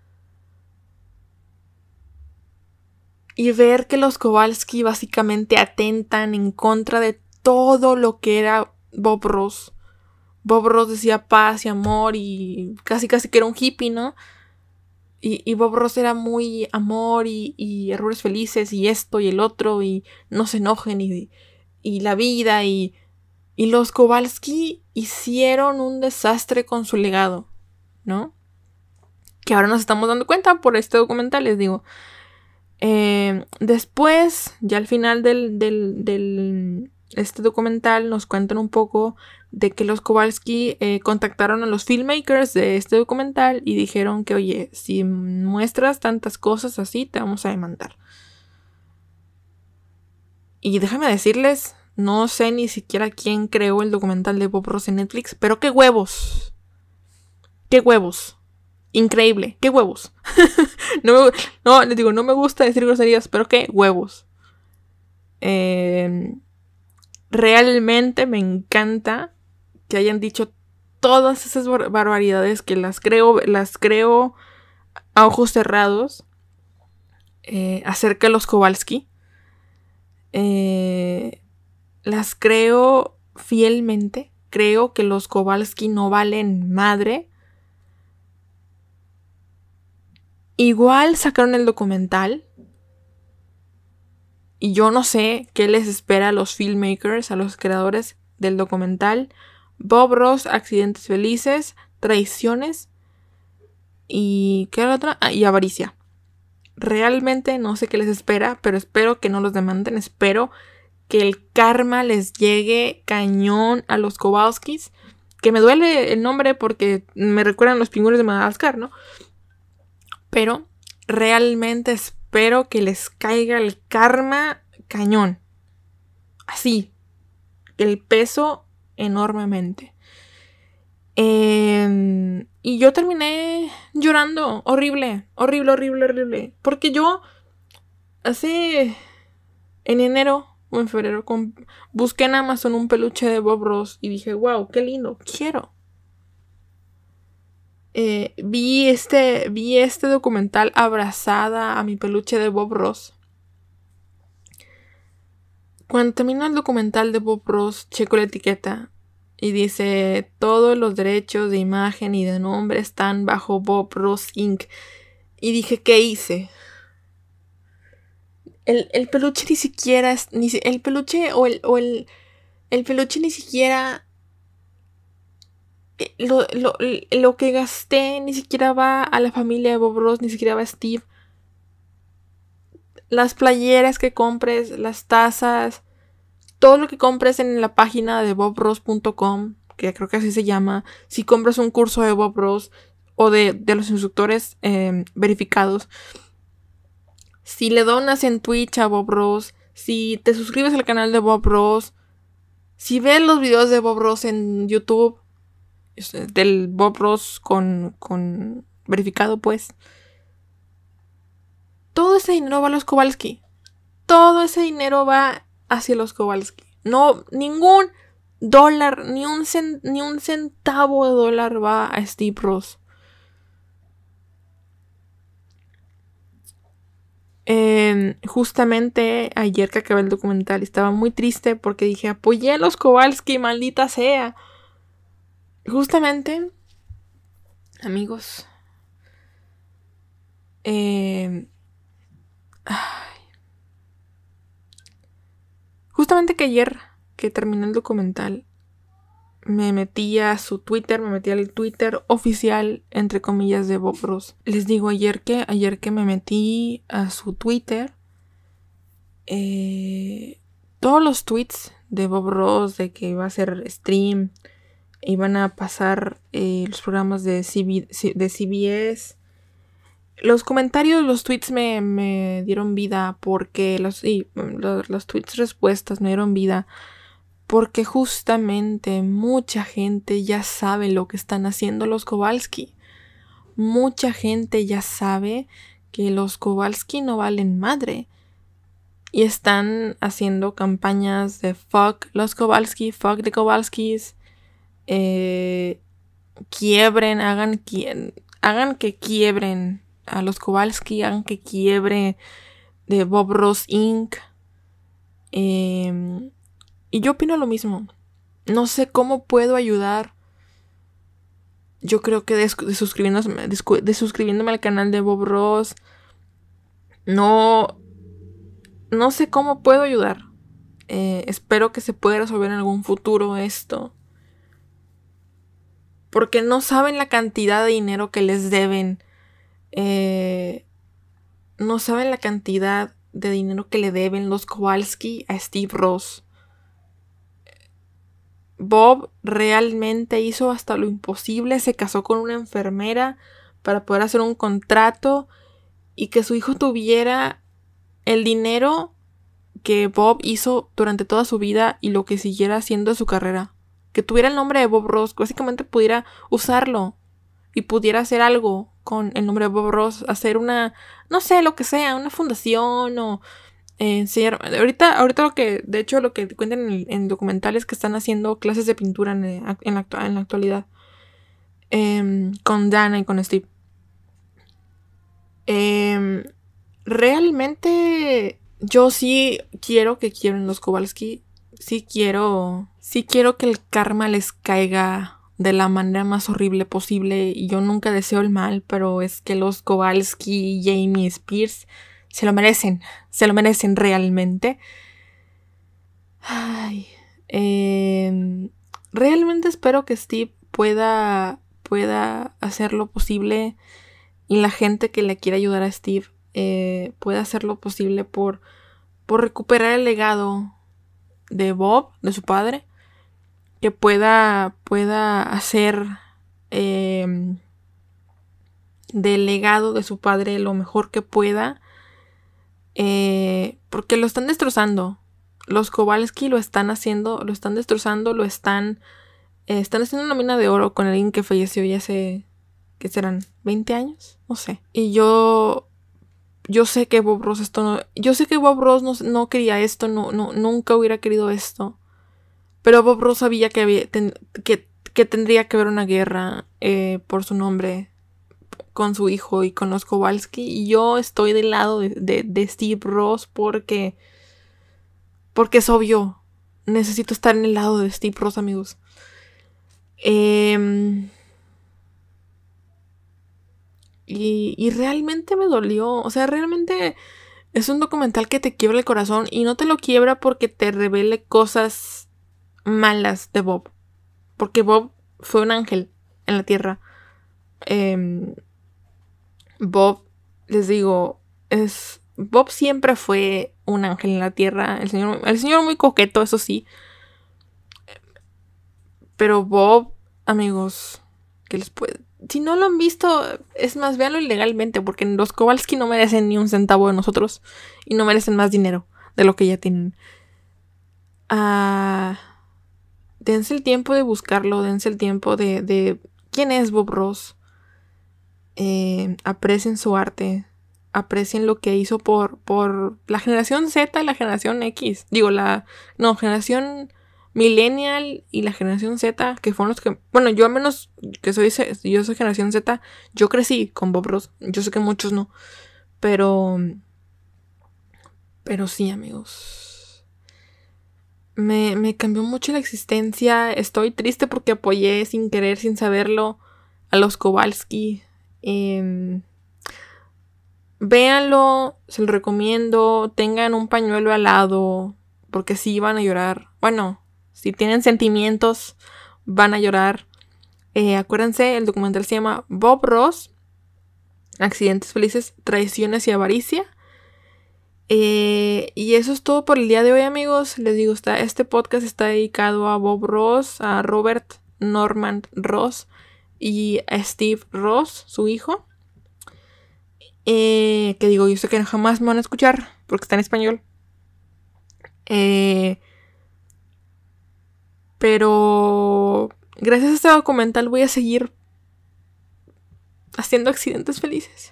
Y ver que los Kowalski básicamente atentan en contra de todo lo que era Bob Ross. Bob Ross decía paz y amor y casi casi que era un hippie, ¿no? Y, y Bob Ross era muy amor y, y errores felices y esto y el otro y no se enojen y, y la vida y, y los Kowalski hicieron un desastre con su legado, ¿no? Que ahora nos estamos dando cuenta por este documental, les digo. Eh, después, ya al final del, del, del este documental nos cuentan un poco de que los Kowalski eh, contactaron a los filmmakers de este documental y dijeron que, oye, si muestras tantas cosas así, te vamos a demandar. Y déjame decirles, no sé ni siquiera quién creó el documental de Bob Ross en Netflix, pero qué huevos. Qué huevos. Increíble, qué huevos. no, me, no, les digo, no me gusta decir groserías, pero qué huevos. Eh, realmente me encanta que hayan dicho todas esas bar- barbaridades que las creo, las creo a ojos cerrados eh, acerca de los Kowalski. Eh, las creo fielmente. Creo que los Kowalski no valen madre. Igual sacaron el documental. Y yo no sé qué les espera a los filmmakers, a los creadores del documental. Bob Ross, accidentes felices, traiciones y ¿qué era la otra? Ah, y avaricia. Realmente no sé qué les espera, pero espero que no los demanden. Espero que el karma les llegue cañón a los Kowalskis. Que me duele el nombre porque me recuerdan los pingüinos de Madagascar, ¿no? Pero realmente espero que les caiga el karma cañón. Así. El peso enormemente. Eh, y yo terminé llorando. Horrible. Horrible, horrible, horrible. Porque yo hace... En enero o en febrero comp- busqué en Amazon un peluche de Bob Ross. Y dije, wow, qué lindo. Quiero. Eh, vi este, vi este documental abrazada a mi peluche de Bob Ross. Cuando terminó el documental de Bob Ross, checo la etiqueta y dice, todos los derechos de imagen y de nombre están bajo Bob Ross incorporated. Y dije, ¿qué hice? El, el peluche ni siquiera es, ni, el peluche o el, o el, el peluche ni siquiera... Lo, lo, lo que gasté ni siquiera va a la familia de Bob Ross, ni siquiera va a Steve. Las playeras que compres, las tazas, todo lo que compres en la página de bob ross punto com, que creo que así se llama, si compras un curso de Bob Ross o de, de los instructores eh, verificados, si le donas en Twitch a Bob Ross, si te suscribes al canal de Bob Ross, si ves los videos de Bob Ross en YouTube, del Bob Ross con, con verificado, pues, todo ese dinero va a los Kowalski. Todo ese dinero va hacia los Kowalski. No, ningún dólar, ni un, cent, ni un centavo de dólar va a Steve Ross. Eh, justamente ayer que acabé el documental estaba muy triste porque dije, apoyé a los Kowalski, maldita sea. Justamente, amigos, eh, justamente que ayer que terminé el documental me metí a su Twitter, me metí al Twitter oficial, entre comillas, de Bob Ross. Les digo, ayer que, ayer que me metí a su Twitter, eh, todos los tweets de Bob Ross, de que iba a hacer stream, iban a pasar eh, los programas de, C B, de C B S. Los comentarios, los tweets me, me dieron vida porque los, sí, los, los tweets respuestas me dieron vida. Porque justamente mucha gente ya sabe lo que están haciendo los Kowalski. Mucha gente ya sabe que los Kowalski no valen madre. Y están haciendo campañas de fuck los Kowalski, fuck the Kowalskis. Eh, quiebren, hagan, quien, hagan que quiebren a los Kowalski, hagan que quiebre de Bob Ross incorporated. Eh... Y yo opino lo mismo. No sé cómo puedo ayudar. Yo creo que de, de, suscribiéndome, de, de suscribiéndome al canal de Bob Ross. No. No sé cómo puedo ayudar. Eh, espero que se pueda resolver en algún futuro esto. Porque no saben la cantidad de dinero que les deben. Eh, no saben la cantidad de dinero que le deben los Kowalski a Steve Ross. Bob realmente hizo hasta lo imposible, se casó con una enfermera para poder hacer un contrato y que su hijo tuviera el dinero que Bob hizo durante toda su vida y lo que siguiera haciendo su carrera. Que tuviera el nombre de Bob Ross, básicamente pudiera usarlo y pudiera hacer algo con el nombre de Bob Ross, hacer una, no sé, lo que sea, una fundación o... Eh, enseñar. Ahorita, ahorita lo que, de hecho, lo que cuentan en, en documentales que están haciendo clases de pintura en, en, la, en la actualidad. Eh, con Dana y con Steve. Eh, realmente yo sí quiero que quiebren los Kowalski. Sí quiero. Sí quiero que el karma les caiga de la manera más horrible posible. Y yo nunca deseo el mal, pero es que los Kowalski y Jamie Spears Se lo merecen, se lo merecen realmente. Ay, eh, realmente espero que Steve pueda, pueda hacer lo posible y la gente que le quiera ayudar a Steve eh, pueda hacer lo posible por, por recuperar el legado de Bob, de su padre, que pueda, pueda hacer eh, del legado de su padre lo mejor que pueda, eh, porque lo están destrozando. Los Kowalski lo están haciendo, lo están destrozando, lo están, eh, están haciendo una mina de oro con alguien que falleció ya hace, ¿qué serán? ¿veinte años? No sé. Y yo, yo sé que Bob Ross esto no, yo sé que Bob Ross no, no quería esto, no, no, nunca hubiera querido esto. Pero Bob Ross sabía que, había, ten, que, que tendría que haber una guerra eh, por su nombre con su hijo y con los Kowalski. Y yo estoy del lado de, de, de Steve Ross porque... Porque es obvio. Necesito estar en el lado de Steve Ross, amigos. Eh, y, y realmente me dolió. O sea, realmente es un documental que te quiebra el corazón. Y no te lo quiebra porque te revele cosas malas de Bob. Porque Bob fue un ángel en la tierra. Eh, Bob, les digo, es... Bob siempre fue un ángel en la tierra. El señor, el señor muy coqueto, eso sí. Pero Bob, amigos, ¿qué les puede? Si no lo han visto, es más, véanlo ilegalmente, porque los Kowalski no merecen ni un centavo de nosotros. Y no merecen más dinero de lo que ya tienen. Ah, dense el tiempo de buscarlo, dense el tiempo de... de ¿quién es Bob Ross? Eh, aprecien su arte. Aprecien lo que hizo por, por la generación Z y la generación X. Digo, la... No, generación Millennial y la generación Z, que fueron los que... Bueno, yo al menos, que soy yo soy generación Z, yo crecí con Bob Ross. Yo sé que muchos no. Pero... Pero sí, amigos. Me, me cambió mucho la existencia. Estoy triste porque apoyé sin querer, sin saberlo, a los Kowalski. Eh... Véanlo, se lo recomiendo. Tengan un pañuelo al lado, porque sí van a llorar. Bueno, si tienen sentimientos, van a llorar. Eh, acuérdense, el documental se llama Bob Ross, Accidentes Felices, Traiciones y Avaricia. Eh, y eso es todo por el día de hoy, amigos. Les digo, está, este podcast está dedicado a Bob Ross, a Robert Norman Ross y a Steve Ross, su hijo. Eh, que digo, yo sé que jamás me van a escuchar porque está en español. Eh, pero gracias a este documental voy a seguir haciendo accidentes felices.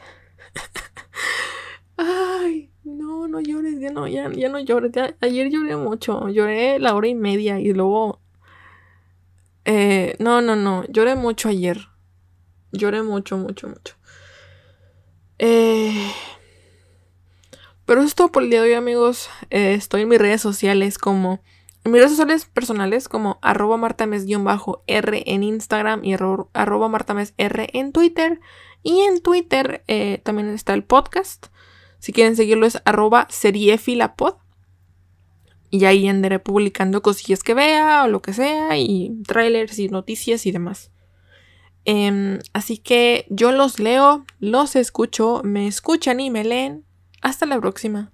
Ay, no, no llores, ya no, ya, ya no llores. Ya, ayer lloré mucho, lloré la hora y media y luego... Eh, no, no, no, lloré mucho ayer. Lloré mucho, mucho, mucho. Eh... Pero eso es todo por el día de hoy, amigos. Eh, estoy en mis redes sociales como... En mis redes sociales personales como arroba martames-r en Instagram y arro, arroba martamesr en Twitter. Y en Twitter eh, también está el podcast. Si quieren seguirlo es arroba seriefilapod. Y ahí andaré publicando cosillas que vea o lo que sea. Y trailers y noticias y demás. Eh, así que yo los leo, los escucho, me escuchan y me leen. Hasta la próxima.